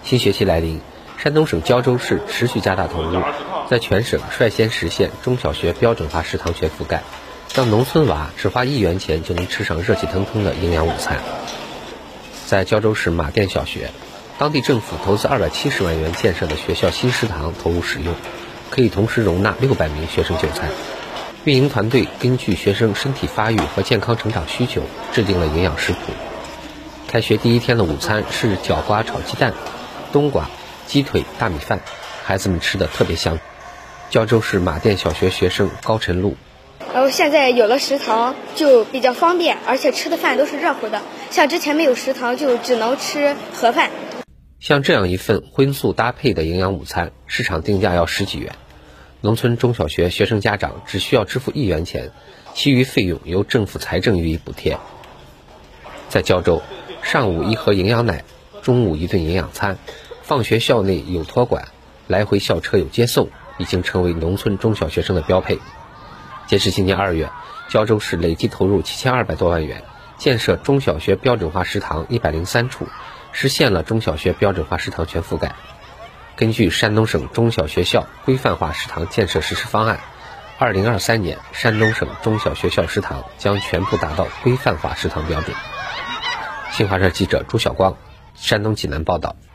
新学期来临，山东省胶州市持续加大投入，在全省率先实现中小学标准化食堂全覆盖，让农村娃只花1元钱就能吃上热气腾腾的营养午餐。在胶州市马店小学，当地政府投资270万元建设的学校新食堂投入使用，可以同时容纳600名学生就餐。运营团队根据学生身体发育和健康成长需求，制定了营养食谱。开学第一天的午餐是角瓜炒鸡蛋、冬瓜、鸡腿、大米饭，孩子们吃的特别香。胶州市马店小学学生高晨露， 然后现在有了食堂就比较方便，而且吃的饭都是热乎的，像之前没有食堂就只能吃盒饭。 像这样一份荤素搭配的营养午餐，市场定价要10几元，农村中小学学生家长只需要支付1元钱，其余费用由政府财政予以补贴。在胶州，上午1盒营养奶，中午1顿营养餐，放学校内有托管，来回校车有接送，已经成为农村中小学生的标配。截至今年2月，胶州市累计投入7200多万元，建设中小学标准化食堂103处，实现了中小学标准化食堂全覆盖。根据山东省中小学校规范化食堂建设实施方案，2023年山东省中小学校食堂将全部达到规范化食堂标准。新华社记者朱晓光，山东济南报道。